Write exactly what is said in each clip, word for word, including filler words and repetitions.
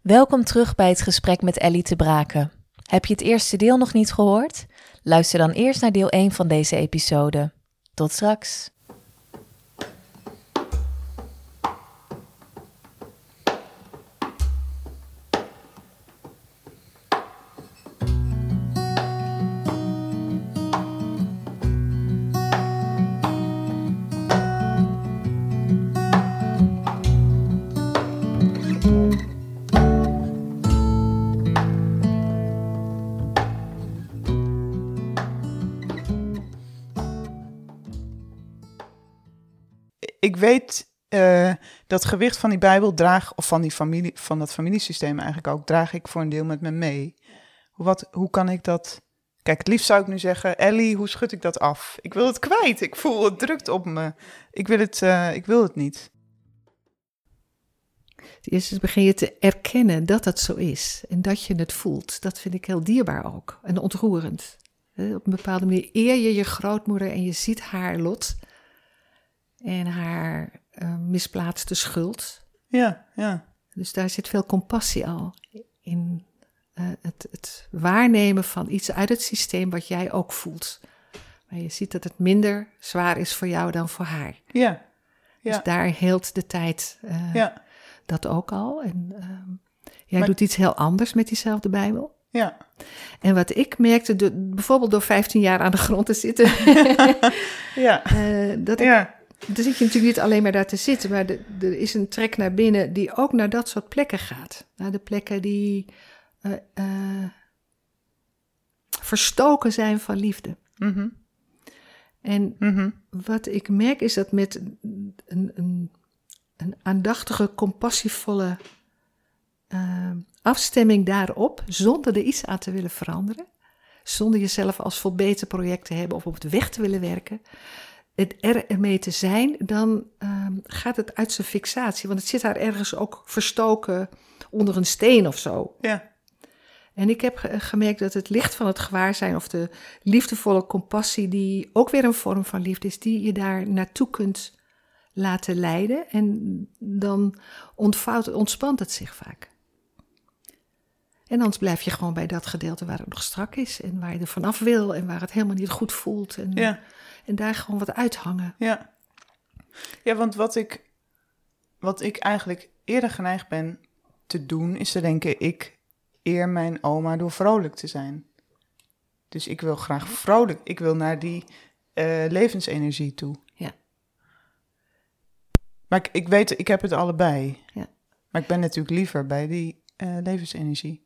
Welkom terug bij het gesprek met Ellie te Braken. Heb je het eerste deel nog niet gehoord? Luister dan eerst naar deel één van deze episode. Tot straks. Ik weet uh, dat gewicht van die Bijbel draag, of van, die familie, van dat familiesysteem eigenlijk ook, draag ik voor een deel met me mee. Wat, hoe kan ik dat... Kijk, het liefst zou ik nu zeggen, Ellie, hoe schud ik dat af? Ik wil het kwijt, ik voel het drukt op me. Ik wil het, uh, ik wil het niet. Eerst begin je te erkennen dat dat zo is en dat je het voelt. Dat vind ik heel dierbaar ook en ontroerend. Op een bepaalde manier eer je je grootmoeder en je ziet haar lot... En haar uh, misplaatste schuld. Ja, ja. Dus daar zit veel compassie al in. Uh, het, het waarnemen van iets uit het systeem wat jij ook voelt. Maar je ziet dat het minder zwaar is voor jou dan voor haar. Ja. ja. Dus daar heelt de tijd uh, ja. dat ook al. En uh, jij maar... doet iets heel anders met diezelfde Bijbel. Ja. En wat ik merkte, de, bijvoorbeeld door vijftien jaar aan de grond te zitten. ja. uh, dat ik... Ja. Dan zit je natuurlijk niet alleen maar daar te zitten, maar de, er is een trek naar binnen die ook naar dat soort plekken gaat. Naar de plekken die uh, uh, verstoken zijn van liefde. Mm-hmm. En mm-hmm. wat ik merk is dat met een, een, een aandachtige, compassievolle uh, afstemming daarop, zonder er iets aan te willen veranderen, zonder jezelf als volbeter-project te hebben of op het weg te willen werken, het er ermee te zijn, dan um, gaat het uit zijn fixatie. Want het zit daar ergens ook verstoken onder een steen of zo. Ja. En ik heb ge- gemerkt dat het licht van het gewaarzijn of de liefdevolle compassie, die ook weer een vorm van liefde is, die je daar naartoe kunt laten leiden. En dan ontvouwt, ontspant het zich vaak. En anders blijf je gewoon bij dat gedeelte waar het nog strak is en waar je er vanaf wil en waar het helemaal niet goed voelt. En, ja. En daar gewoon wat uithangen. Ja, ja want wat ik, wat ik eigenlijk eerder geneigd ben te doen, is te denken, ik eer mijn oma door vrolijk te zijn. Dus ik wil graag vrolijk, ik wil naar die uh, levensenergie toe. Ja. Maar ik, ik weet, ik heb het allebei. Ja. Maar ik ben natuurlijk liever bij die uh, levensenergie.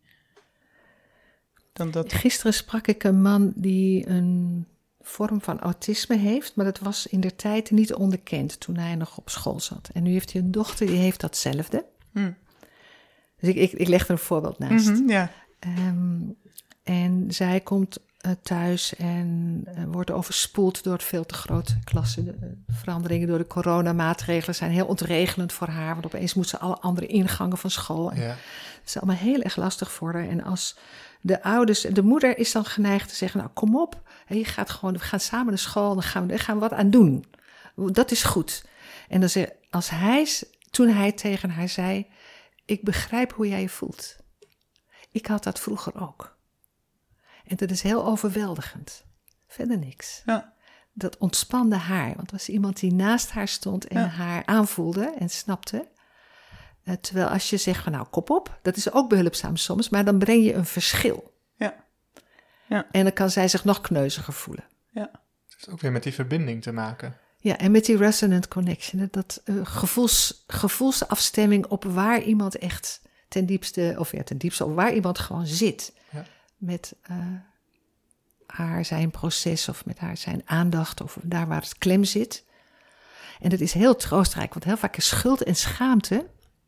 Dan dat... Gisteren sprak ik een man die een vorm van autisme heeft, maar dat was in der tijd niet onderkend toen hij nog op school zat. En nu heeft hij een dochter die heeft datzelfde. Mm. Dus ik, ik, ik leg er een voorbeeld naast. Mm-hmm, ja. Um, en zij komt uh, thuis en uh, wordt overspoeld door het veel te grote klassen. De, de veranderingen door de coronamaatregelen zijn heel ontregelend voor haar, want opeens moet ze alle andere ingangen van school. En ja. Het is allemaal heel erg lastig voor haar. En als de ouders, de moeder is dan geneigd te zeggen, nou kom op, je gaat gewoon, we gaan samen naar school, dan gaan we, daar gaan we wat aan doen. Dat is goed. En dan zeg, als hij, toen hij tegen haar zei, ik begrijp hoe jij je voelt. Ik had dat vroeger ook. En dat is heel overweldigend. Verder niks. Ja. Dat ontspande haar, want het was iemand die naast haar stond en ja. haar aanvoelde en snapte. Uh, terwijl als je zegt van nou kop op, dat is ook behulpzaam soms, maar dan breng je een verschil. Ja. Ja. En dan kan zij zich nog kneuziger voelen. Ja. Het heeft ook weer met die verbinding te maken. Ja, en met die resonant connection, dat uh, gevoels, gevoelsafstemming op waar iemand echt ten diepste, of ja, ten diepste, op waar iemand gewoon zit. Ja. Met uh, haar zijn proces of met haar zijn aandacht of daar waar het klem zit. En dat is heel troostrijk, want heel vaak is schuld en schaamte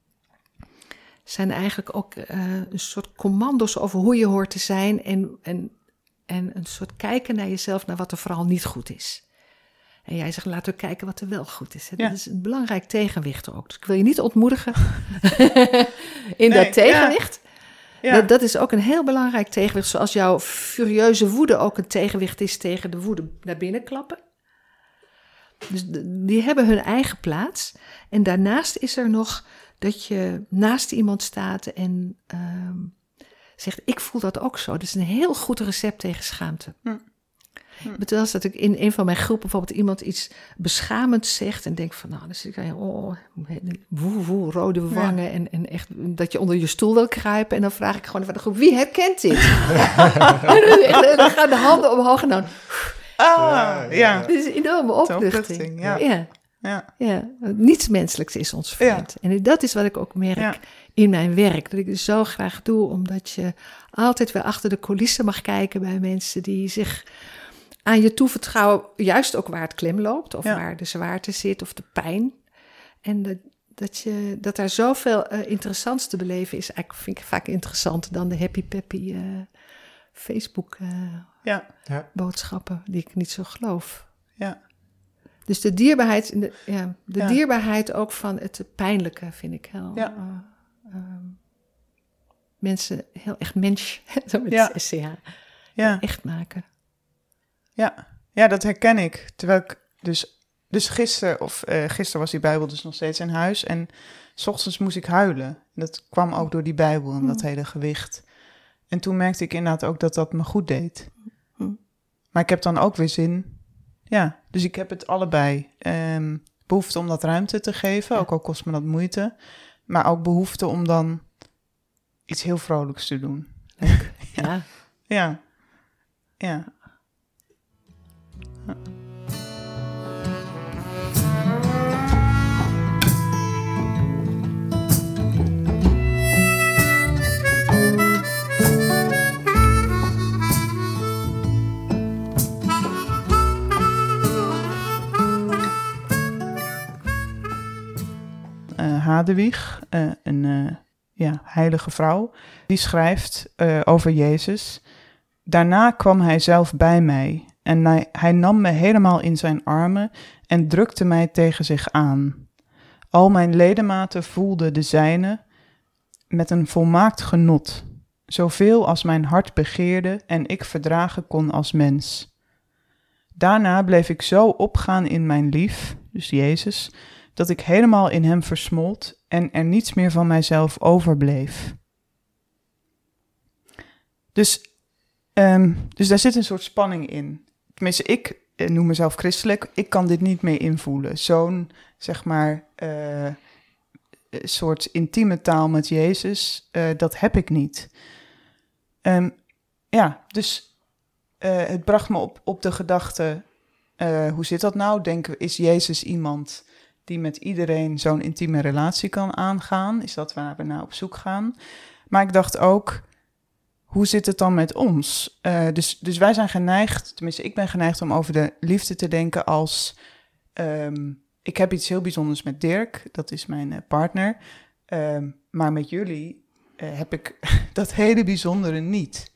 zijn eigenlijk ook uh, een soort commando's over hoe je hoort te zijn en, en, en een soort kijken naar jezelf, naar wat er vooral niet goed is. En jij zegt, laten we kijken wat er wel goed is. Ja. Dat is een belangrijk tegenwicht ook. Dus ik wil je niet ontmoedigen in nee, dat tegenwicht. Ja. Ja. Dat, dat is ook een heel belangrijk tegenwicht. Zoals jouw furieuze woede ook een tegenwicht is tegen de woede naar binnen klappen. Dus die hebben hun eigen plaats. En daarnaast is er nog dat je naast iemand staat en um, zegt, ik voel dat ook zo. Dat is een heel goed recept tegen schaamte. Hm. Hm. Ik bedoel, als dat ik in een van mijn groepen bijvoorbeeld iemand iets beschamends zegt en denk van, nou, dan zit ik, oh, woe, woe, rode wangen ja. en, en echt dat je onder je stoel wil kruipen. En dan vraag ik gewoon van de groep, wie herkent dit? En dan gaan de handen omhoog en dan... Ah, ja. ja. Dit is een enorme opluchting. Ja. Ja. Ja. Ja. Niets menselijks is ons vreemd. Ja. En dat is wat ik ook merk ja. in mijn werk. Dat ik het zo graag doe, omdat je altijd weer achter de coulissen mag kijken bij mensen die zich aan je toevertrouwen, juist ook waar het klem loopt, of ja. waar de zwaarte zit, of de pijn. En dat, dat, je, dat daar zoveel uh, interessants te beleven is, eigenlijk vind ik vaak interessanter dan de happy-peppy uh, Facebook uh, ja. Ja. boodschappen, die ik niet zo geloof. Ja. Dus de dierbaarheid, de, ja, de ja. dierbaarheid ook van het pijnlijke vind ik heel... Ja. Uh, uh, mensen heel echt mens, zo met ja. S C H, ja. echt maken. Ja. ja, dat herken ik. Terwijl ik dus, dus gisteren, of uh, gisteren was die Bijbel dus nog steeds in huis. En 's ochtends moest ik huilen. Dat kwam ook door die Bijbel en dat hele gewicht. En toen merkte ik inderdaad ook dat dat me goed deed. Maar ik heb dan ook weer zin... Ja, dus ik heb het allebei. Um, behoefte om dat ruimte te geven, ja. ook al kost me dat moeite. Maar ook behoefte om dan iets heel vrolijks te doen. Leuk. Ja. Ja. Ja. ja. Uh, Hadewig, uh, een uh, ja, heilige vrouw, die schrijft uh, over Jezus. Daarna kwam hij zelf bij mij en hij, hij nam me helemaal in zijn armen en drukte mij tegen zich aan. Al mijn ledematen voelden de zijne met een volmaakt genot, zoveel als mijn hart begeerde en ik verdragen kon als mens. Daarna bleef ik zo opgaan in mijn lief, dus Jezus, dat ik helemaal in hem versmolt en er niets meer van mijzelf overbleef. Dus, um, dus daar zit een soort spanning in. Tenminste, ik uh, noem mezelf christelijk, ik kan dit niet meer invoelen. Zo'n, zeg maar, uh, soort intieme taal met Jezus, uh, dat heb ik niet. Um, ja, dus uh, het bracht me op, op de gedachte, uh, hoe zit dat nou? Denken, is Jezus iemand die met iedereen zo'n intieme relatie kan aangaan? Is dat waar we naar op zoek gaan? Maar ik dacht ook, hoe zit het dan met ons? Uh, dus, dus wij zijn geneigd, tenminste ik ben geneigd om over de liefde te denken als... Um, ik heb iets heel bijzonders met Dirk, dat is mijn uh, partner. Um, maar met jullie uh, heb ik dat hele bijzondere niet.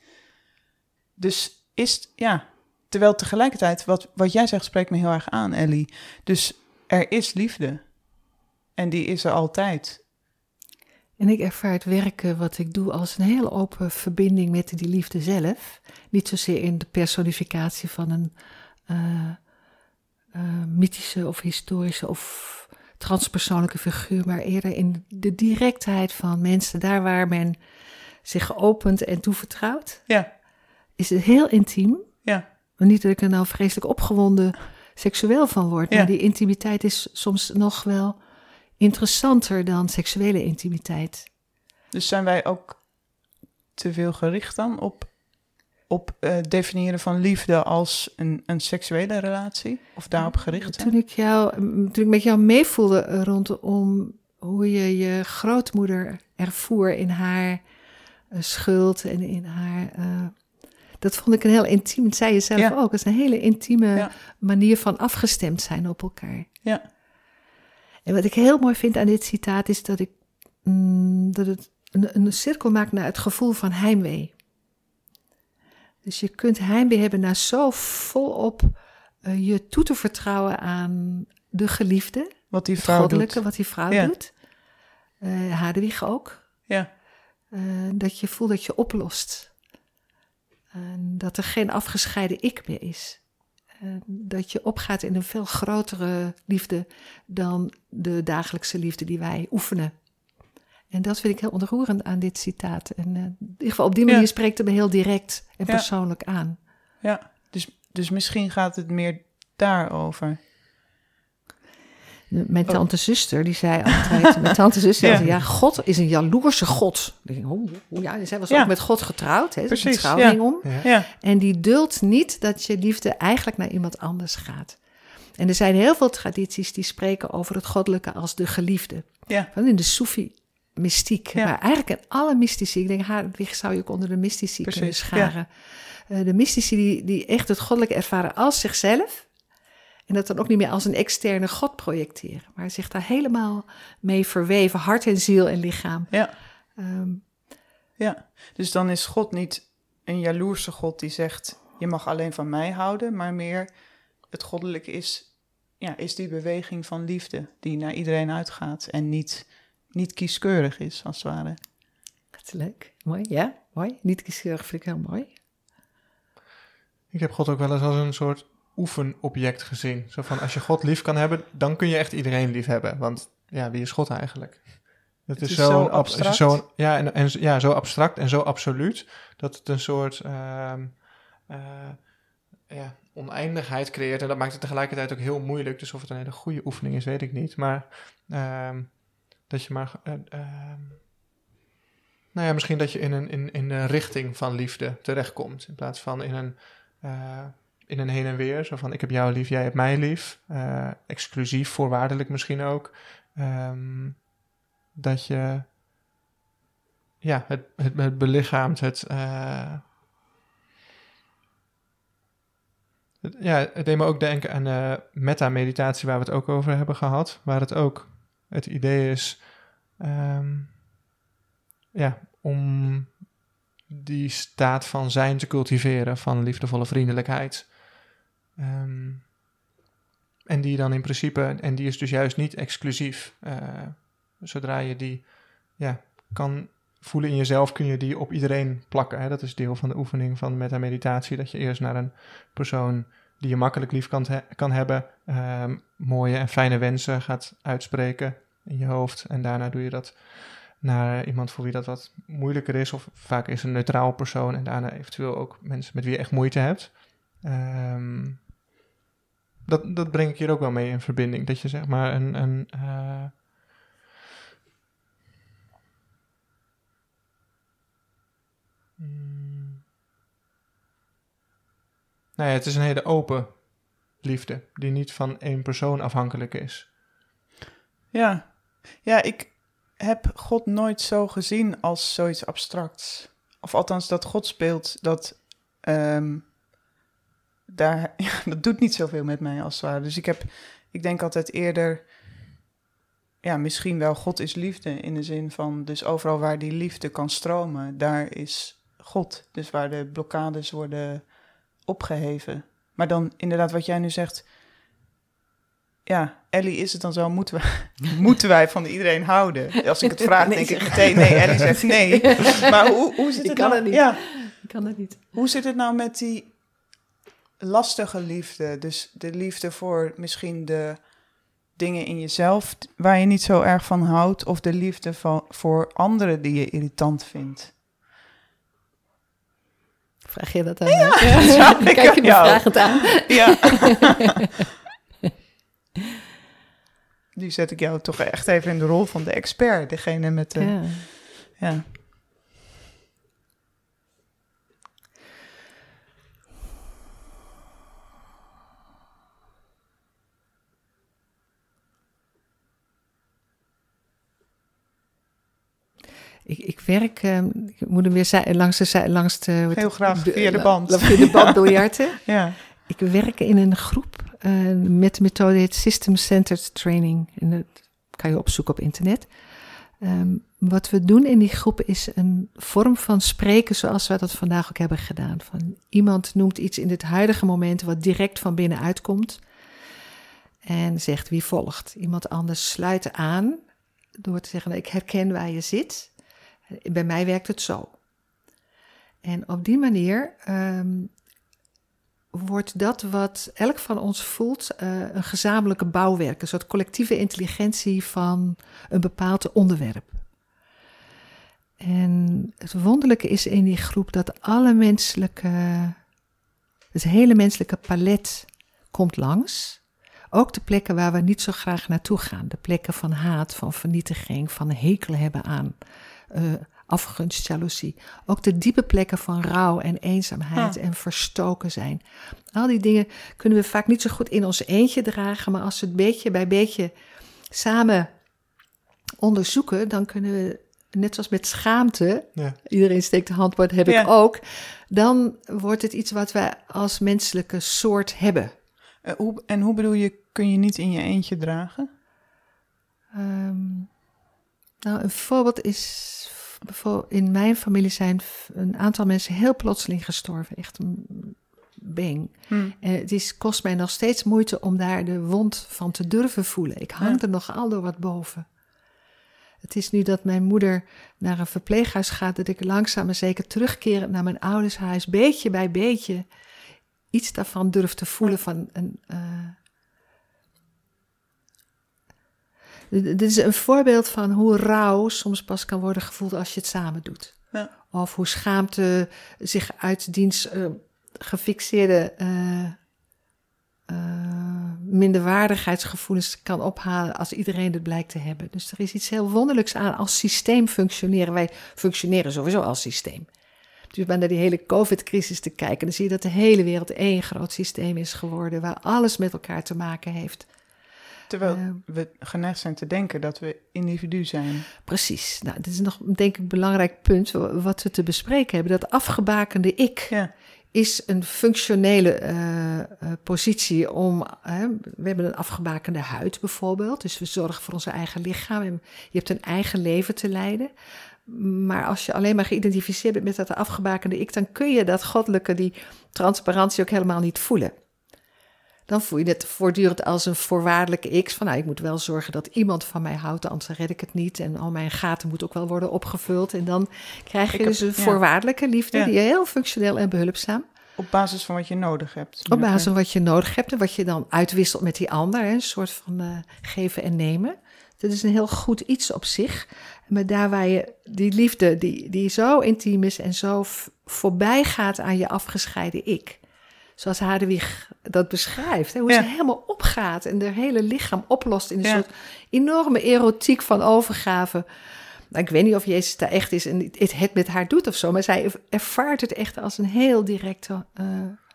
Dus is, ja... Terwijl tegelijkertijd, wat, wat jij zegt, spreekt me heel erg aan, Ellie. Dus er is liefde. En die is er altijd. En ik ervaar het werken wat ik doe als een hele open verbinding met die liefde zelf. Niet zozeer in de personificatie van een uh, uh, mythische of historische of transpersoonlijke figuur, maar eerder in de directheid van mensen. Daar waar men zich opent en toevertrouwt. Ja. Is het heel intiem. Ja. Maar niet dat ik er nou vreselijk opgewonden seksueel van word. Ja. Maar die intimiteit is soms nog wel interessanter dan seksuele intimiteit. Dus zijn wij ook te veel gericht dan op, op uh, definiëren van liefde als een, een seksuele relatie? Of daarop gericht zijn? Toen ik, jou, toen ik met jou meevoelde rondom hoe je je grootmoeder ervoer in haar uh, schuld en in haar... Uh, dat vond ik een heel intiem, dat zei je zelf ja. ook, dat is een hele intieme ja. manier van afgestemd zijn op elkaar. Ja. En wat ik heel mooi vind aan dit citaat is dat, ik, mm, dat het een, een cirkel maakt naar het gevoel van heimwee. Dus je kunt heimwee hebben naar zo volop uh, je toe te vertrouwen aan de geliefde. Wat die vrouw goddelijke, doet. Wat die vrouw ja. doet. Uh, Hadewig ook. Ja. Uh, dat je voelt dat je oplost. En dat er geen afgescheiden ik meer is. En dat je opgaat in een veel grotere liefde dan de dagelijkse liefde die wij oefenen. En dat vind ik heel ontroerend aan dit citaat. En uh, in ieder geval op die manier ja. spreekt het me heel direct en ja. persoonlijk aan. Ja, dus, dus misschien gaat het meer daarover. Mijn tante oh. zuster, die zei altijd... Mijn tante zuster ja. zei, ja, God is een jaloerse God. Ik denk, oh, oh ja, zij was ja. ook met God getrouwd. Hè, Precies, dus trouw ging om. Ja. Ja. En die duldt niet dat je liefde eigenlijk naar iemand anders gaat. En er zijn heel veel tradities die spreken over het goddelijke als de geliefde. Ja. Van in de Soefi-mystiek. Ja. Maar eigenlijk in alle mystici, ik denk, Hadwig zou je ook onder de mystici Precies, kunnen scharen. Ja. Uh, de mystici die, die echt het goddelijke ervaren als zichzelf. En dat dan ook niet meer als een externe God projecteren. Maar zich daar helemaal mee verweven. Hart en ziel en lichaam. Ja. Um, ja, dus dan is God niet een jaloerse God die zegt... je mag alleen van mij houden, maar meer... het goddelijke is, ja, is die beweging van liefde die naar iedereen uitgaat en niet, niet kieskeurig is, als het ware. Dat is leuk. Mooi, ja, mooi. Niet kieskeurig vind ik heel mooi. Ik heb God ook wel eens als een soort oefenobject gezien. Zo van, als je God lief kan hebben, dan kun je echt iedereen lief hebben. Want ja, wie is God eigenlijk? Het, het is, is zo, zo ab- abstract. Zo, ja, en, en, ja, zo abstract en zo absoluut, dat het een soort... Uh, uh, ja, oneindigheid creëert. En dat maakt het tegelijkertijd ook heel moeilijk. Dus of het een hele goede oefening is, weet ik niet. Maar uh, dat je maar... Uh, uh, nou ja, misschien dat je in een, in, in een richting van liefde terechtkomt. In plaats van in een, uh, in een heen en weer. Zo van, ik heb jou lief, jij hebt mij lief. Uh, exclusief, voorwaardelijk misschien ook. Um, dat je... Ja, het, het, het belichaamt, het... Uh, Ja, het deed me ook denken aan de uh, meta-meditatie waar we het ook over hebben gehad. Waar het ook het idee is um, ja, om die staat van zijn te cultiveren, van liefdevolle vriendelijkheid. Um, en die dan in principe, en die is dus juist niet exclusief. Uh, zodra je die ja, kan voelen in jezelf, kun je die op iedereen plakken. Hè? Dat is deel van de oefening van meta-meditatie, dat je eerst naar een persoon die je makkelijk lief kan, he- kan hebben, uh, mooie en fijne wensen gaat uitspreken in je hoofd. En daarna doe je dat naar iemand voor wie dat wat moeilijker is, of vaak is een neutraal persoon, en daarna eventueel ook mensen met wie je echt moeite hebt. Um, dat, dat breng ik hier ook wel mee in verbinding, dat je zeg maar een... een uh, Hmm. Nou ja, het is een hele open liefde, die niet van één persoon afhankelijk is. Ja, ja, ik heb God nooit zo gezien als zoiets abstracts. Of althans, dat God speelt, dat, um, daar, ja, dat doet niet zoveel met mij als het ware. Dus ik heb, ik denk altijd eerder, ja, misschien wel God is liefde, in de zin van, dus overal waar die liefde kan stromen, daar is God, dus waar de blokkades worden opgeheven. Maar dan inderdaad wat jij nu zegt, ja, Ellie, is het dan zo, moeten, we, moeten wij van iedereen houden? Als ik het vraag, nee, denk ik meteen, nee, Ellie zegt nee. Maar hoe, hoe zit het ik kan nou? Het niet. Ja. Ik kan het niet. Hoe zit het nou met die lastige liefde? Dus de liefde voor misschien de dingen in jezelf waar je niet zo erg van houdt, of de liefde van, voor anderen die je irritant vindt? Vraag je dat aan? Ja, ja. Kijk je me vragend aan. Ja. Nu zet ik jou toch echt even in de rol van de expert. Degene met de... Ja. ja. Ik, ik werk, um, ik moet hem weer zij, langs de, langs de... Heel graag, via de band. Via de band biljarten. Ja. Ik werk in een groep uh, met de methode heet System Centered Training. En dat kan je opzoeken op internet. Um, wat we doen in die groep is een vorm van spreken zoals we dat vandaag ook hebben gedaan. Van iemand noemt iets in dit huidige moment wat direct van binnenuit komt. En zegt wie volgt. Iemand anders sluit aan door te zeggen, ik herken waar je zit. Bij mij werkt het zo. En op die manier um, wordt dat wat elk van ons voelt uh, een gezamenlijke bouwwerk. Een soort collectieve intelligentie van een bepaald onderwerp. En het wonderlijke is in die groep dat alle menselijke, het hele menselijke palet komt langs. Ook de plekken waar we niet zo graag naartoe gaan. De plekken van haat, van vernietiging, van hekel hebben aan uh, afgunst, jaloezie. Ook de diepe plekken van rouw en eenzaamheid Ja. en verstoken zijn. Al die dingen kunnen we vaak niet zo goed in ons eentje dragen. Maar als we het beetje bij beetje samen onderzoeken, dan kunnen we, net zoals met schaamte, Ja. iedereen steekt de hand, wat heb Ja. ik ook. Dan wordt het iets wat wij als menselijke soort hebben. Uh, hoe, en hoe bedoel je, kun je niet in je eentje dragen? Um, nou, een voorbeeld is, bijvoorbeeld in mijn familie zijn een aantal mensen heel plotseling gestorven. Echt een bang. Hm. En het is, kost mij nog steeds moeite om daar de wond van te durven voelen. Ik hang Ja. er nog al door wat boven. Het is nu dat mijn moeder naar een verpleeghuis gaat, dat ik langzaam maar zeker terugkerend naar mijn ouders huis, beetje bij beetje, iets daarvan durf te voelen van een... Uh, dit is een voorbeeld van hoe rouw soms pas kan worden gevoeld als je het samen doet. Ja. Of hoe schaamte zich uit diens uh, gefixeerde uh, uh, minderwaardigheidsgevoelens kan ophalen als iedereen het blijkt te hebben. Dus er is iets heel wonderlijks aan als systeem functioneren. Wij functioneren sowieso als systeem. Dus maar naar die hele COVID-crisis te kijken, dan zie je dat de hele wereld één groot systeem is geworden, waar alles met elkaar te maken heeft. Terwijl Uh, we geneigd zijn te denken dat we individu zijn. Precies. Nou, dit is nog, denk ik, een belangrijk punt wat we te bespreken hebben. Dat afgebakende ik Ja. is een functionele uh, uh, positie om... Uh, we hebben een afgebakende huid bijvoorbeeld. Dus we zorgen voor onze eigen lichaam. En je hebt een eigen leven te leiden. Maar als je alleen maar geïdentificeerd bent met dat afgebakende ik, dan kun je dat goddelijke, die transparantie ook helemaal niet voelen. Dan voel je het voortdurend als een voorwaardelijke x. Van nou, ik moet wel zorgen dat iemand van mij houdt, anders red ik het niet. En al mijn gaten moeten ook wel worden opgevuld. En dan krijg je Ik dus heb- een ja. voorwaardelijke liefde, Ja. die heel functioneel en behulpzaam. Op basis van wat je nodig hebt. Op basis van wat je nodig hebt en wat je dan uitwisselt met die ander. Hè, een soort van uh, geven en nemen. Dat is een heel goed iets op zich. Maar daar waar je die liefde, die, die zo intiem is en zo v- voorbij gaat aan je afgescheiden ik. Zoals Hadewig dat beschrijft. Hè, hoe Ja. ze helemaal opgaat en haar hele lichaam oplost in een Ja. soort enorme erotiek van overgave. Nou, ik weet niet of Jezus daar echt is en het, het met haar doet of zo. Maar zij ervaart het echt als een heel directe uh,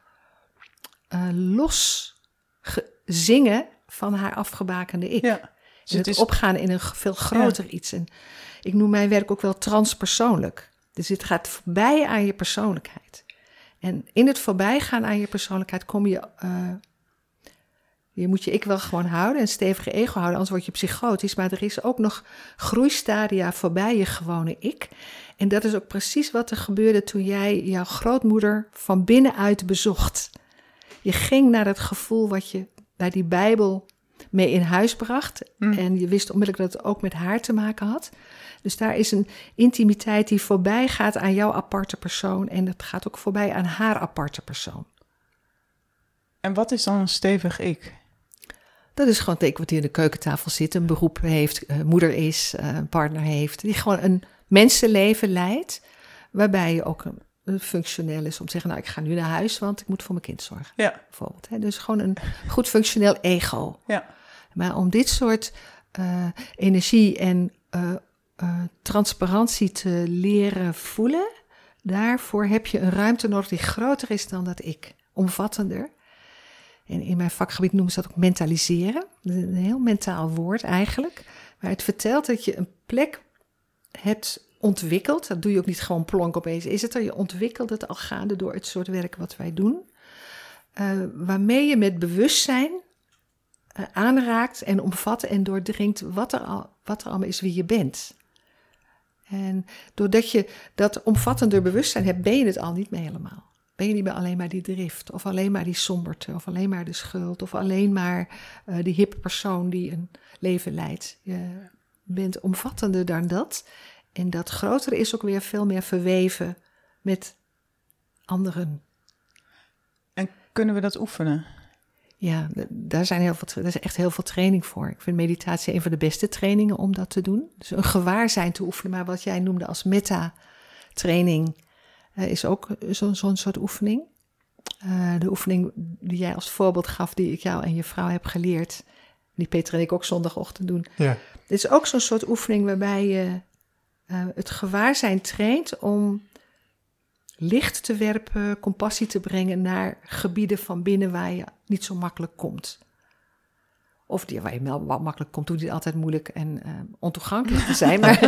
uh, los ge- zingen van haar afgebakende ik. Ja. Dus Dus het het is opgaan in een g- veel groter iets. En ik noem mijn werk ook wel transpersoonlijk. Dus het gaat voorbij aan je persoonlijkheid. En in het voorbijgaan aan je persoonlijkheid kom je... Uh, je moet je ik wel gewoon houden, een stevige ego houden, anders word je psychotisch. Maar er is ook nog groeistadia voorbij je gewone ik. En dat is ook precies wat er gebeurde toen jij jouw grootmoeder van binnenuit bezocht. Je ging naar het gevoel wat je bij die Bijbel mee in huis bracht. Mm. En je wist onmiddellijk dat het ook met haar te maken had. Dus daar is een intimiteit die voorbij gaat aan jouw aparte persoon. En het gaat ook voorbij aan haar aparte persoon. En wat is dan een stevig ik? Dat is gewoon het teken wat die in de keukentafel zit, een beroep heeft, uh, moeder is, uh, een partner heeft. Die gewoon een mensenleven leidt, waarbij je ook een, een functioneel is om te zeggen, nou ik ga nu naar huis, want ik moet voor mijn kind zorgen. Ja. Bijvoorbeeld. Hè? Dus gewoon een goed functioneel ego. Ja. Maar om dit soort uh, energie en uh, uh, transparantie te leren voelen, daarvoor heb je een ruimte nodig die groter is dan dat ik, omvattender. En in mijn vakgebied noemen ze dat ook mentaliseren. Dat is een heel mentaal woord eigenlijk. Maar het vertelt dat je een plek hebt ontwikkeld. Dat doe je ook niet gewoon plonk opeens. Is het er? Je ontwikkelt het al gaande door het soort werk wat wij doen. Uh, waarmee je met bewustzijn uh, aanraakt en omvat en doordringt wat er, al, wat er allemaal is wie je bent. En doordat je dat omvattender bewustzijn hebt, ben je het al niet meer helemaal. Ben je niet meer alleen maar die drift, of alleen maar die somberte, of alleen maar de schuld, of alleen maar uh, die hippe persoon die een leven leidt. Je bent omvattender dan dat. En dat grotere is ook weer veel meer verweven met anderen. En kunnen we dat oefenen? Ja, d- daar zijn heel veel, tra- daar is echt heel veel training voor. Ik vind meditatie een van de beste trainingen om dat te doen. Dus een gewaarzijn te oefenen, maar wat jij noemde als meta-training uh, is ook zo, zo'n soort oefening. Uh, de oefening die jij als voorbeeld gaf, die ik jou en je vrouw heb geleerd, die Peter en ik ook zondagochtend doen. Ja. Dit is ook zo'n soort oefening waarbij je uh, het gewaarzijn traint om licht te werpen, compassie te brengen naar gebieden van binnen waar je niet zo makkelijk komt. Of die, waar je wel wat makkelijk komt, hoeft het altijd moeilijk en uh, ontoegankelijk te zijn. Maar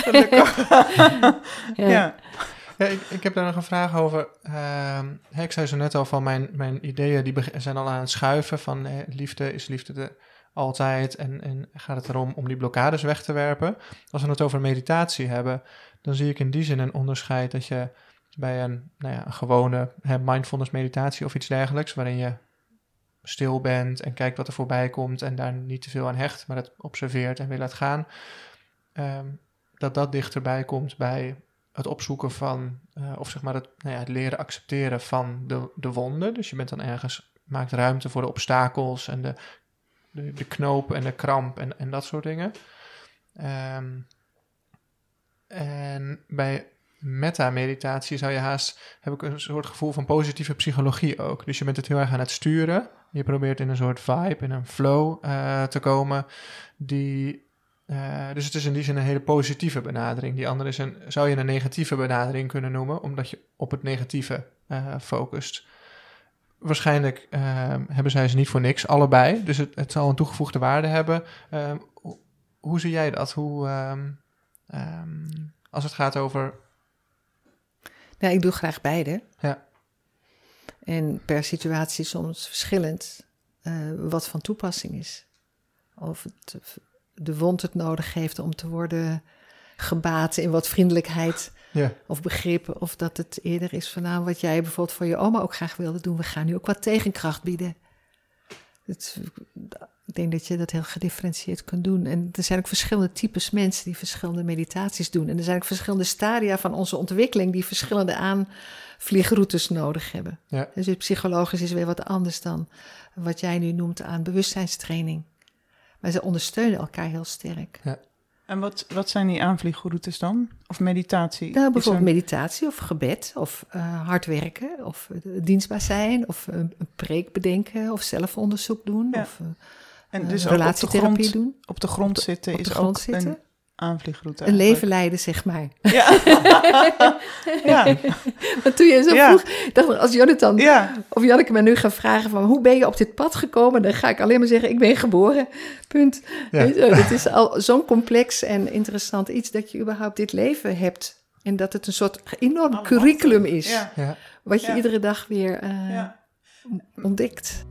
ja. ja. Ja, ik, ik heb daar nog een vraag over. Uh, ik zei zo net al van mijn, mijn ideeën die beg- zijn al aan het schuiven van eh, liefde is liefde de, altijd en, en gaat het erom om die blokkades weg te werpen. Als we het over meditatie hebben, dan zie ik in die zin een onderscheid dat je bij een, nou ja, een gewone hè, mindfulness meditatie of iets dergelijks, waarin je stil bent en kijkt wat er voorbij komt en daar niet te veel aan hecht, maar het observeert en weer laat gaan, um, dat dat dichterbij komt bij het opzoeken van, uh, of zeg maar het, nou ja, het leren accepteren van de, de wonden. Dus je bent dan ergens, maakt ruimte voor de obstakels en de, de, de knoop en de kramp en, en dat soort dingen. Um, en bij meta-meditatie zou je haast, heb ik een soort gevoel van positieve psychologie ook. Dus je bent het heel erg aan het sturen. Je probeert in een soort vibe, in een flow uh, te komen die... Uh, dus het is in die zin een hele positieve benadering. Die andere is een, zou je een negatieve benadering kunnen noemen, omdat je op het negatieve uh, focust. Waarschijnlijk uh, hebben zij ze niet voor niks, allebei. Dus het, het zal een toegevoegde waarde hebben. Uh, hoe, hoe zie jij dat? Hoe, um, um, als het gaat over... Nou, ik doe graag beide. Ja. En per situatie soms verschillend uh, wat van toepassing is. Of het... de wond het nodig heeft om te worden gebaat in wat vriendelijkheid yeah. of begrip. Of dat het eerder is van nou, wat jij bijvoorbeeld voor je oma ook graag wilde doen. We gaan nu ook wat tegenkracht bieden. Het, ik denk dat je dat heel gedifferentieerd kunt doen. En er zijn ook verschillende types mensen die verschillende meditaties doen. En er zijn ook verschillende stadia van onze ontwikkeling die verschillende aanvliegroutes nodig hebben. Yeah. Dus het psychologisch is weer wat anders dan wat jij nu noemt aan bewustzijnstraining. Maar ze ondersteunen elkaar heel sterk. Ja. En wat, wat zijn die aanvliegroutes dan? Of meditatie? Nou, bijvoorbeeld er... meditatie of gebed of uh, hard werken of uh, dienstbaar zijn of uh, een preek bedenken of zelfonderzoek doen ja. of uh, en dus relatietherapie op de grond, doen. Op de grond op de, zitten op is de grond ook zitten. een aanvliegroute. Een eigenlijk. leven leiden, zeg maar. Ja. ja. Want toen je zo ja. vroeg, dacht ik, als Jonathan ja. of Janneke me nu gaat vragen van hoe ben je op dit pad gekomen, dan ga ik alleen maar zeggen, ik ben geboren, punt. Ja. Het is al zo'n complex en interessant iets dat je überhaupt dit leven hebt en dat het een soort enorm Oh, curriculum is, Ja. Ja. wat je Ja. iedere dag weer uh, Ja. ontdekt.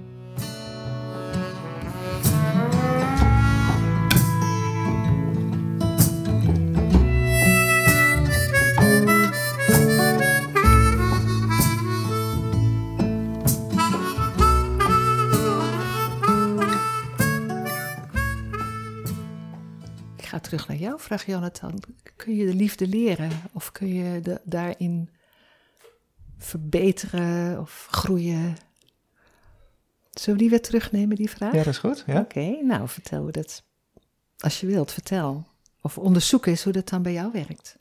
Ik ga terug naar jouw vraag, Jonathan. Kun je de liefde leren of kun je de, daarin verbeteren of groeien? Zullen we die weer terugnemen, die vraag? Ja, dat is goed. Ja. Oké, okay, nou vertel hoe dat, als je wilt, vertel. Of onderzoek eens hoe dat dan bij jou werkt.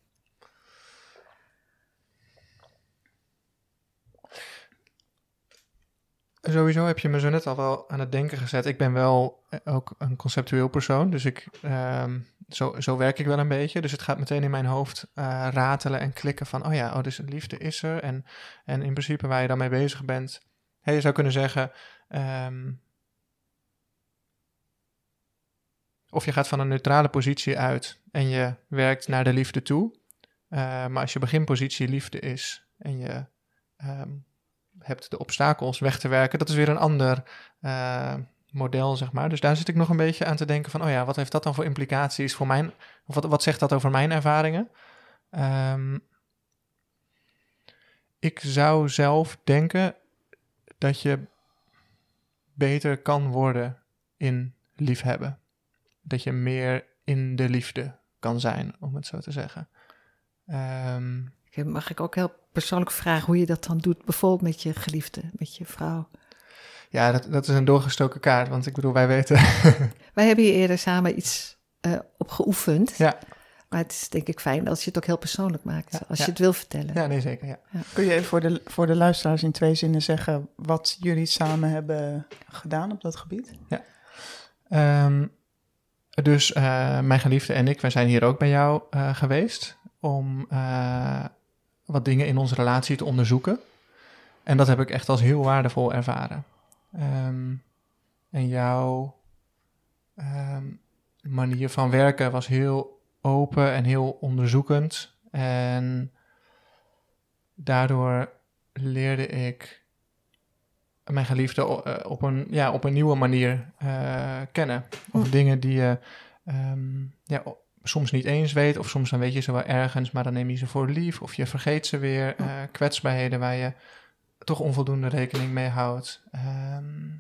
Sowieso heb je me zo net al wel aan het denken gezet. Ik ben wel ook een conceptueel persoon, dus ik, um, zo, zo werk ik wel een beetje. Dus het gaat meteen in mijn hoofd uh, ratelen en klikken van, oh ja, oh, dus liefde is er. En, en in principe waar je dan mee bezig bent, hey, je zou kunnen zeggen, um, of je gaat van een neutrale positie uit en je werkt naar de liefde toe. Uh, maar als je beginpositie liefde is en je... Um, hebt de obstakels weg te werken, dat is weer een ander uh, model, zeg maar. Dus daar zit ik nog een beetje aan te denken van, oh ja, wat heeft dat dan voor implicaties voor mijn, of wat, wat zegt dat over mijn ervaringen? Um, ik zou zelf denken dat je beter kan worden in liefhebben. Dat je meer in de liefde kan zijn, om het zo te zeggen. Um, Mag ik ook heel persoonlijk vragen hoe je dat dan doet, bijvoorbeeld met je geliefde, met je vrouw? Ja, dat, dat is een doorgestoken kaart, want ik bedoel, wij weten... Wij hebben hier eerder samen iets uh, op geoefend. Ja. Maar het is denk ik fijn als je het ook heel persoonlijk maakt. Ja, als ja. je het wil vertellen. Ja, nee, zeker, ja. Ja. Kun je even voor de, voor de luisteraars in twee zinnen zeggen wat jullie samen hebben gedaan op dat gebied? Ja. Um, dus uh, mijn geliefde en ik, wij zijn hier ook bij jou uh, geweest om uh, wat dingen in onze relatie te onderzoeken. En dat heb ik echt als heel waardevol ervaren. Um, en jouw um, manier van werken was heel open en heel onderzoekend. En daardoor leerde ik mijn geliefde op een, ja, op een nieuwe manier uh, kennen. Of dingen die je um, ja, soms niet eens weet, of soms dan weet je ze wel ergens, maar dan neem je ze voor lief, of je vergeet ze weer. Uh, kwetsbaarheden waar je toch onvoldoende rekening mee houdt. Um,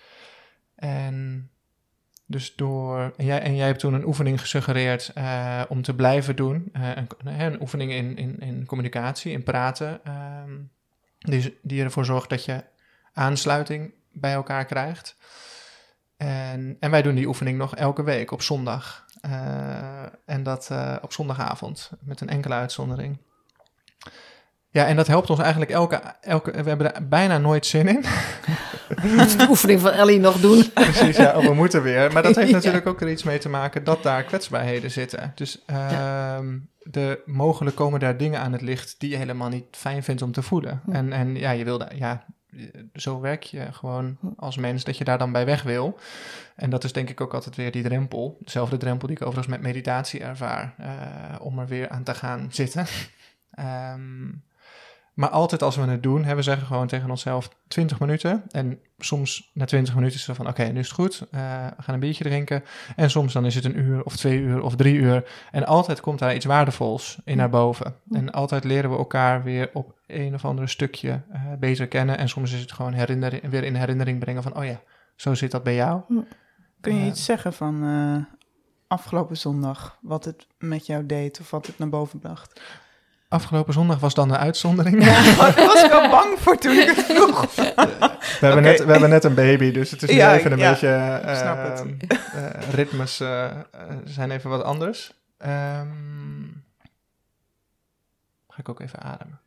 en dus door... En jij, en jij hebt toen een oefening gesuggereerd uh, om te blijven doen. Uh, een, een oefening in, in, in communicatie, in praten. Um, die, die ervoor zorgt dat je aansluiting bij elkaar krijgt. En, en wij doen die oefening nog elke week op zondag. Uh, en dat uh, op zondagavond, met een enkele uitzondering. Ja, en dat helpt ons eigenlijk elke... elke we hebben er bijna nooit zin in. De oefening van Ellie nog doen. Precies, ja, oh, we moeten weer. Maar dat heeft natuurlijk ook er iets mee te maken dat daar kwetsbaarheden zitten. Dus uh, ja. de, mogelijk komen daar dingen aan het licht die je helemaal niet fijn vindt om te voelen. Hm. En, en ja, je wil daar, ja, zo werk je gewoon als mens, dat je daar dan bij weg wil. En dat is denk ik ook altijd weer die drempel. Dezelfde drempel die ik overigens met meditatie ervaar. Uh, om er weer aan te gaan zitten. Um, Maar altijd als we het doen, hè, we zeggen gewoon tegen onszelf twintig minuten. En soms na twintig minuten is het van, oké, okay, nu is het goed. Uh, we gaan een biertje drinken. En soms dan is het een uur of twee uur of drie uur. En altijd komt daar iets waardevols in naar boven. En altijd leren we elkaar weer op een of ander stukje uh, beter kennen. En soms is het gewoon herinner- weer in herinnering brengen van, oh ja, zo zit dat bij jou. Kun je uh, iets zeggen van uh, afgelopen zondag? Wat het met jou deed of wat het naar boven bracht? Afgelopen zondag was dan de uitzondering. Ja, daar was ik wel bang voor toen ik het vroeg. We, hebben okay. net, we hebben net een baby, dus het is ja, nu even een ja, beetje... Uh, snap het. Uh, ritmes uh, zijn even wat anders. Um, ga ik ook even ademen.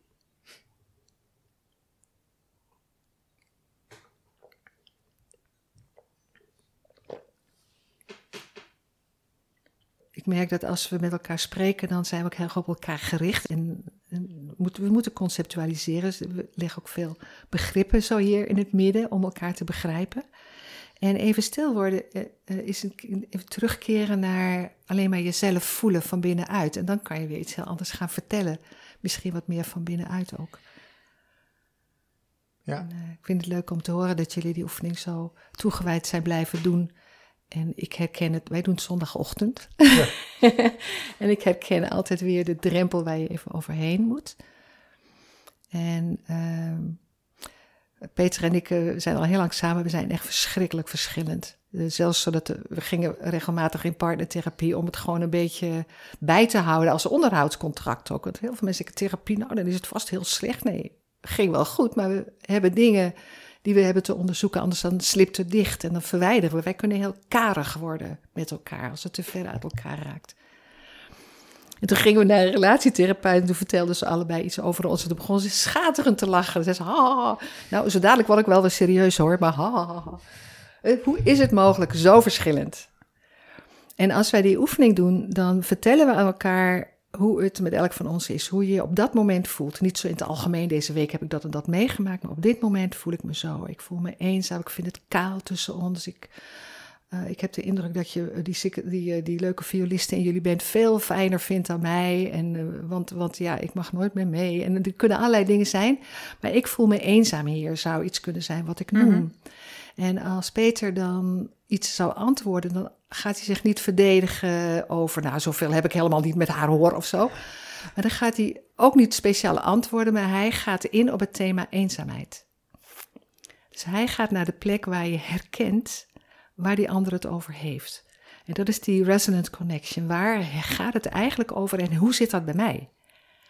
Ik merk dat als we met elkaar spreken, dan zijn we ook heel erg op elkaar gericht. En, en moet, we moeten conceptualiseren. Dus we leggen ook veel begrippen zo hier in het midden om elkaar te begrijpen. En even stil worden uh, is een, even terugkeren naar alleen maar jezelf voelen van binnenuit. En dan kan je weer iets heel anders gaan vertellen. Misschien wat meer van binnenuit ook. Ja. En, uh, ik vind het leuk om te horen dat jullie die oefening zo toegewijd zijn blijven doen. En ik herken het, wij doen het zondagochtend. Ja. En ik herken altijd weer de drempel waar je even overheen moet. En uh, Peter en ik uh, zijn al heel lang samen, we zijn echt verschrikkelijk verschillend. Uh, zelfs zodat uh, we gingen regelmatig in partnertherapie om het gewoon een beetje bij te houden als onderhoudscontract ook. Want heel veel mensen zeggen therapie, nou dan is het vast heel slecht. Nee, ging wel goed, maar we hebben dingen die we hebben te onderzoeken, anders dan slipt het dicht en dan verwijderen we. Wij kunnen heel karig worden met elkaar als het te ver uit elkaar raakt. En toen gingen we naar een relatietherapeut en toen vertelden ze allebei iets over ons. En toen begon ze schaterend te lachen. Ze zei, ha, nou zo dadelijk word ik wel weer serieus hoor, maar ha, ha, ha. Hoe is het mogelijk zo verschillend? En als wij die oefening doen, dan vertellen we aan elkaar hoe het met elk van ons is, hoe je je op dat moment voelt. Niet zo in het algemeen, deze week heb ik dat en dat meegemaakt, maar op dit moment voel ik me zo. Ik voel me eenzaam, ik vind het kaal tussen ons. Ik, uh, ik heb de indruk dat je die, die, die leuke violisten in jullie band veel fijner vindt dan mij. En, uh, want, want ja, ik mag nooit meer mee. En er kunnen allerlei dingen zijn, maar ik voel me eenzaam hier, zou iets kunnen zijn wat ik noem. Mm-hmm. En als Peter dan iets zou antwoorden, dan gaat hij zich niet verdedigen over, nou, zoveel heb ik helemaal niet met haar hoor of zo. Maar dan gaat hij ook niet speciale antwoorden, maar hij gaat in op het thema eenzaamheid. Dus hij gaat naar de plek waar je herkent waar die ander het over heeft. En dat is die resonant connection. Waar gaat het eigenlijk over en hoe zit dat bij mij?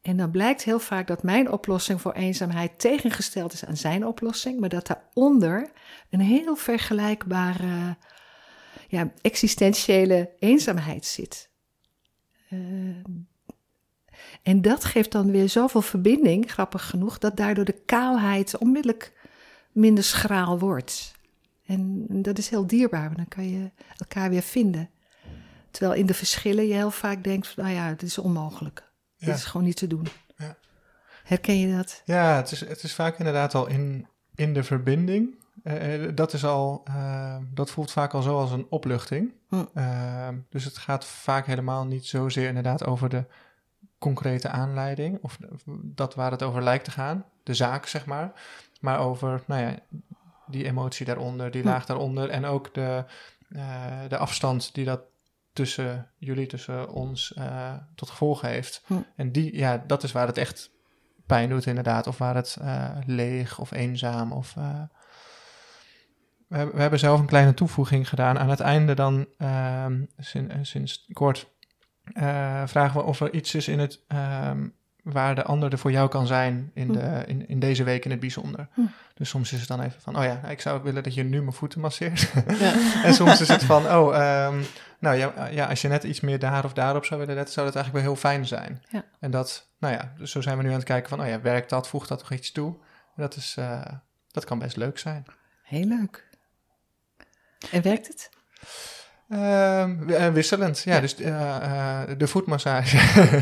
En dan blijkt heel vaak dat mijn oplossing voor eenzaamheid tegengesteld is aan zijn oplossing, maar dat daaronder een heel vergelijkbare ja, existentiële eenzaamheid zit. Uh, en dat geeft dan weer zoveel verbinding, grappig genoeg, dat daardoor de kaalheid onmiddellijk minder schraal wordt. En dat is heel dierbaar, want dan kan je elkaar weer vinden. Terwijl in de verschillen je heel vaak denkt, nou ja, dit is onmogelijk. Ja. Dit is gewoon niet te doen. Ja. Herken je dat? Ja, het is, het is vaak inderdaad al in, in de verbinding. Uh, dat is al, uh, dat voelt vaak al zo als een opluchting. Hm. Uh, dus het gaat vaak helemaal niet zozeer inderdaad over de concrete aanleiding, of dat waar het over lijkt te gaan, de zaak zeg maar, maar over, nou ja, die emotie daaronder, die laag daaronder en ook de, uh, de afstand die dat tussen jullie, tussen ons uh, tot gevolg heeft. Hm. En die, ja, dat is waar het echt pijn doet inderdaad, of waar het uh, leeg of eenzaam of... Uh, we, hebben, we hebben zelf een kleine toevoeging gedaan. Aan het einde dan, uh, sinds, sinds kort, uh, vragen we of er iets is in het... Uh, waar de ander er voor jou kan zijn in, de, in, in deze week in het bijzonder. Hm. Dus soms is het dan even van, oh ja, ik zou willen dat je nu mijn voeten masseert. Ja. En soms is het van, oh, um, nou ja, ja, als je net iets meer daar of daarop zou willen letten, zou dat eigenlijk wel heel fijn zijn. Ja. En dat, nou ja, dus zo zijn we nu aan het kijken van, oh ja, werkt dat, voegt dat toch iets toe? En dat is, uh, dat kan best leuk zijn. Heel leuk. En werkt het? Uh, wisselend, ja, ja. Dus uh, uh, de voetmassage.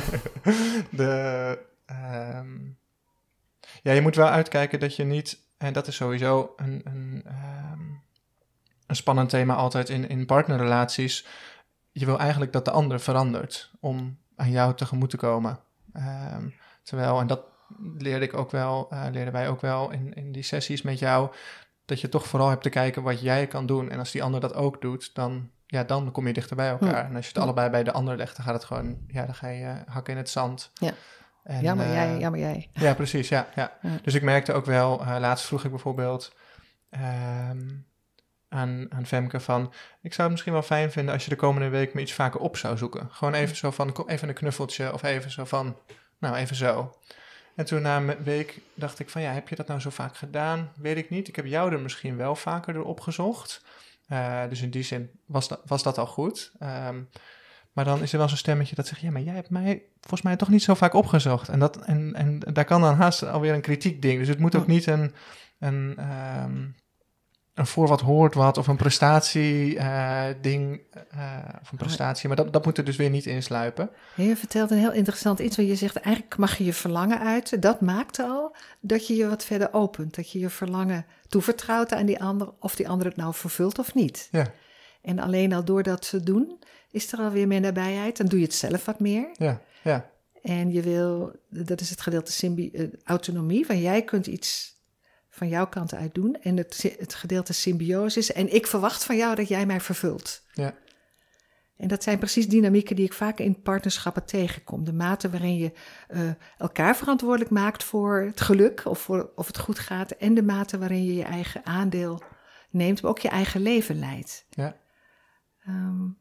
de, um, ja, je moet wel uitkijken dat je niet, en dat is sowieso een, een, um, een spannend thema altijd in, in partnerrelaties. Je wil eigenlijk dat de ander verandert om aan jou tegemoet te komen. Um, terwijl, en dat leerde ik ook wel, uh, leerden wij ook wel in, in die sessies met jou, dat je toch vooral hebt te kijken wat jij kan doen. En als die ander dat ook doet, dan... ja, dan kom je dichter bij elkaar. Ja. En als je het ja. allebei bij de ander legt, dan gaat het gewoon... ja, dan ga je uh, hakken in het zand. Ja, en, jammer uh, jij, jammer jij. Ja, precies, ja, ja. ja. Dus ik merkte ook wel... Uh, laatst vroeg ik bijvoorbeeld uh, aan, aan Femke van... ik zou het misschien wel fijn vinden als je de komende week me iets vaker op zou zoeken. Gewoon even zo van, even een knuffeltje of even zo van... nou, even zo. En toen na een week dacht ik van... ja, heb je dat nou zo vaak gedaan? Weet ik niet. Ik heb jou er misschien wel vaker door opgezocht... Uh, dus in die zin was dat, was dat al goed. Um, maar dan is er wel zo'n stemmetje dat zegt... ja, maar jij hebt mij volgens mij toch niet zo vaak opgezocht. En, dat, en, en daar kan dan haast alweer een kritiek ding. Dus het moet ook niet een, een, um, een voor wat hoort wat... of een prestatie uh, ding, uh, of een prestatie. Maar dat, dat moet er dus weer niet insluipen. Je vertelt een heel interessant iets. Want je zegt eigenlijk mag je je verlangen uiten. Dat maakt al dat je je wat verder opent. Dat je je verlangen toevertrouwt aan die ander... of die ander het nou vervult of niet. Ja. En alleen al door dat te doen... is er alweer meer nabijheid. Dan doe je het zelf wat meer. Ja, ja. En je wil... dat is het gedeelte symbi- uh, autonomie. Van jij kunt iets... van jouw kant uit doen. En het, het gedeelte symbiosis. En ik verwacht van jou dat jij mij vervult. Ja. En dat zijn precies dynamieken die ik vaak in partnerschappen tegenkom. De mate waarin je uh, elkaar verantwoordelijk maakt voor het geluk... Of, voor, of het goed gaat. En de mate waarin je je eigen aandeel neemt... maar ook je eigen leven leidt. Ja. Um,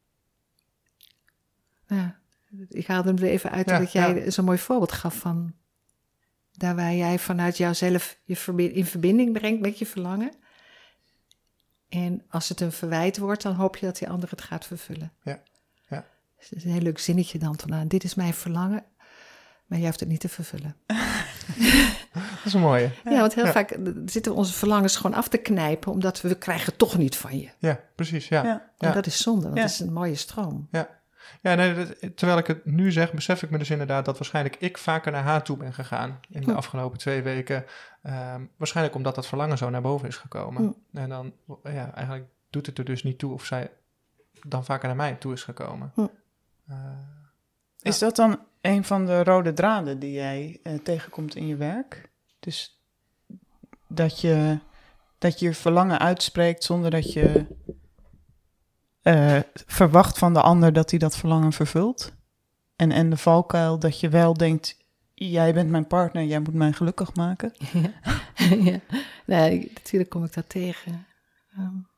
ja, ik haalde hem er even uit... Ja, dat jij ja. zo'n mooi voorbeeld gaf van... daar waar jij vanuit jouzelf je verbi- in verbinding brengt met je verlangen. En als het een verwijt wordt, dan hoop je dat die ander het gaat vervullen. Ja, ja. Dus het is een heel leuk zinnetje dan van, nou, dit is mijn verlangen, maar jij hoeft het niet te vervullen. Dat is een mooie. Ja, ja want heel ja. vaak zitten onze verlangens gewoon af te knijpen, omdat we, we krijgen het toch niet van je. Ja, precies, ja. ja. En ja. dat is zonde, want ja. dat is een mooie stroom. Ja. Ja, nee, dat, terwijl ik het nu zeg, besef ik me dus inderdaad dat waarschijnlijk ik vaker naar haar toe ben gegaan in de afgelopen twee weken. Um, waarschijnlijk omdat dat verlangen zo naar boven is gekomen. Mm. En dan, ja, eigenlijk doet het er dus niet toe of zij dan vaker naar mij toe is gekomen. Mm. Uh, is ja. dat dan een van de rode draden die jij uh, tegenkomt in je werk? Dus dat je, dat je verlangen uitspreekt zonder dat je... Uh, verwacht van de ander dat hij dat verlangen vervult. En, en de valkuil dat je wel denkt... jij bent mijn partner, jij moet mij gelukkig maken. Ja, ja. Nee, natuurlijk kom ik dat tegen. Um,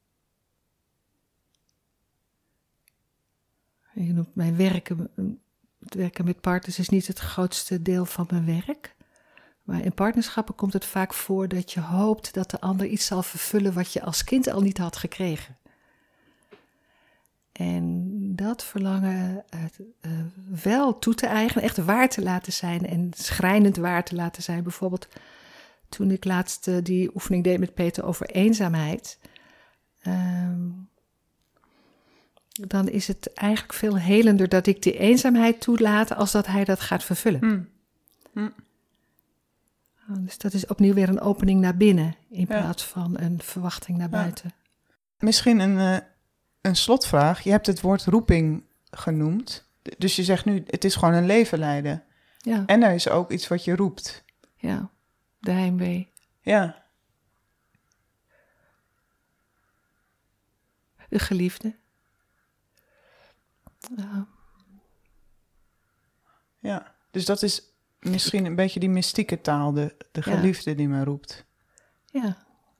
je noemt mijn werk een, het werken met partners is niet het grootste deel van mijn werk. Maar in partnerschappen komt het vaak voor dat je hoopt dat de ander iets zal vervullen wat je als kind al niet had gekregen. En dat verlangen uh, wel toe te eigenen, echt waar te laten zijn en schrijnend waar te laten zijn. Bijvoorbeeld toen ik laatst uh, die oefening deed met Peter over eenzaamheid. Um, dan is het eigenlijk veel helender dat ik die eenzaamheid toelaat als dat hij dat gaat vervullen. Mm. Mm. Dus dat is opnieuw weer een opening naar binnen in Ja. plaats van een verwachting naar Ja. buiten. Misschien een, uh, een slotvraag. Je hebt het woord roeping genoemd. D- Dus je zegt nu, het is gewoon een leven leiden. Ja, En er is ook iets wat je roept. ja, de heimwee. Ja, De geliefde. Ja, ja. Dus dat is misschien een beetje die mystieke taal, de, de Ja. geliefde die men roept. ja.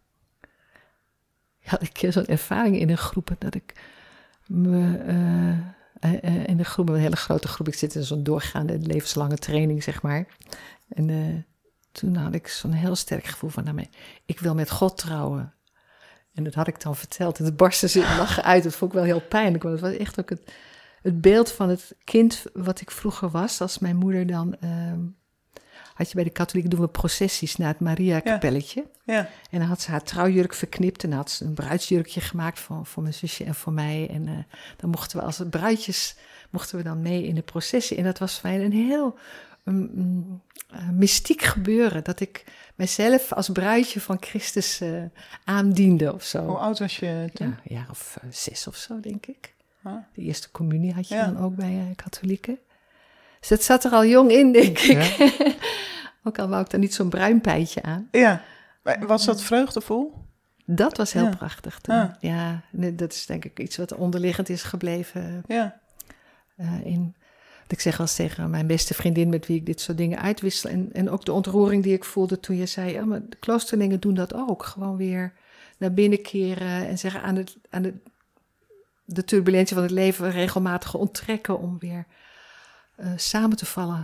Ik had een keer zo'n ervaring in een groep dat ik me uh, uh, uh, in een groep, een hele grote groep, ik zit in zo'n doorgaande levenslange training, zeg maar. En uh, toen had ik zo'n heel sterk gevoel van, nou, ik wil met God trouwen. En dat had ik dan verteld. En het barstte ze in lachen uit. Dat vond ik wel heel pijnlijk. Want het was echt ook het, het beeld van het kind wat ik vroeger was. Als mijn moeder dan... Um, had je bij de katholieken doen we processies naar het Maria-kapelletje. Ja, En dan had ze haar trouwjurk verknipt. En dan had ze een bruidsjurkje gemaakt voor, voor mijn zusje en voor mij. En uh, dan mochten we als bruidjes mochten we dan mee in de processie. En dat was voor mij een heel um, um, uh, mystiek gebeuren. Dat ik mezelf als bruidje van Christus uh, aandiende of zo. hoe oud was je toen? Ja, een jaar of uh, zes of zo, denk ik. Huh? De eerste communie had je Ja. dan ook bij uh, katholieken. Dus dat zat er al jong in, denk ik. Ja. Ook al wou ik daar niet zo'n bruin pijtje aan. Ja, maar was dat vreugdevol? Dat was heel Ja. prachtig toen. Ja. Ja, nee, dat is denk ik iets wat onderliggend is gebleven Ja, uh, in... Ik zeg wel eens tegen mijn beste vriendin met wie ik dit soort dingen uitwissel. En, en ook de ontroering die ik voelde toen je zei... Oh, maar de kloosterlingen doen dat ook. Gewoon weer naar binnen keren en zeggen aan, het, aan het, de turbulentie van het leven regelmatig onttrekken om weer uh, samen te vallen.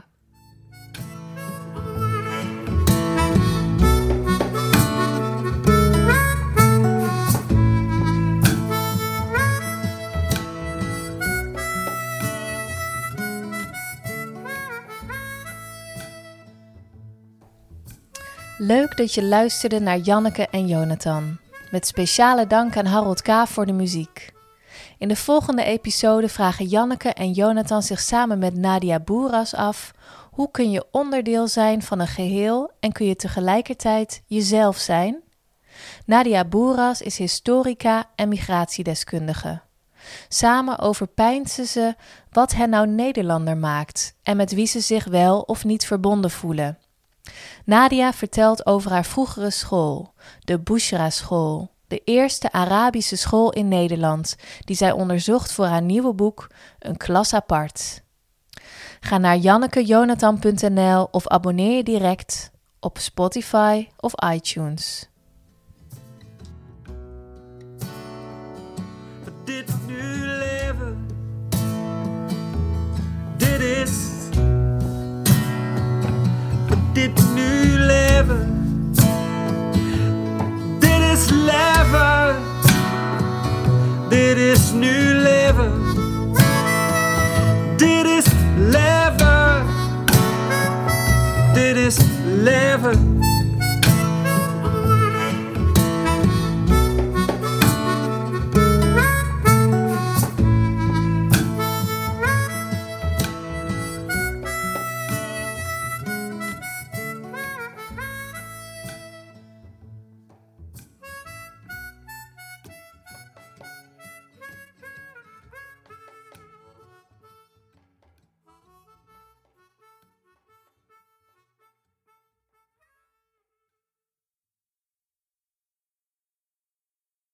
Leuk dat je luisterde naar Janneke en Jonathan. Met speciale dank aan Harold K. voor de muziek. In de volgende episode vragen Janneke en Jonathan zich samen met Nadia Boeras af... hoe kun je onderdeel zijn van een geheel en kun je tegelijkertijd jezelf zijn? Nadia Boeras is historica en migratiedeskundige. Samen overpeinzen ze wat hen nou Nederlander maakt... en met wie ze zich wel of niet verbonden voelen... Nadia vertelt over haar vroegere school, de Bushra School, de eerste Arabische school in Nederland, die zij onderzocht voor haar nieuwe boek Een klas apart. Ga naar jannekejonathan punt n l of abonneer je direct op Spotify of iTunes. Dit nu leven, dit is. Dit nu leven, dit is leven, dit is nu leven, dit is leven, dit is leven.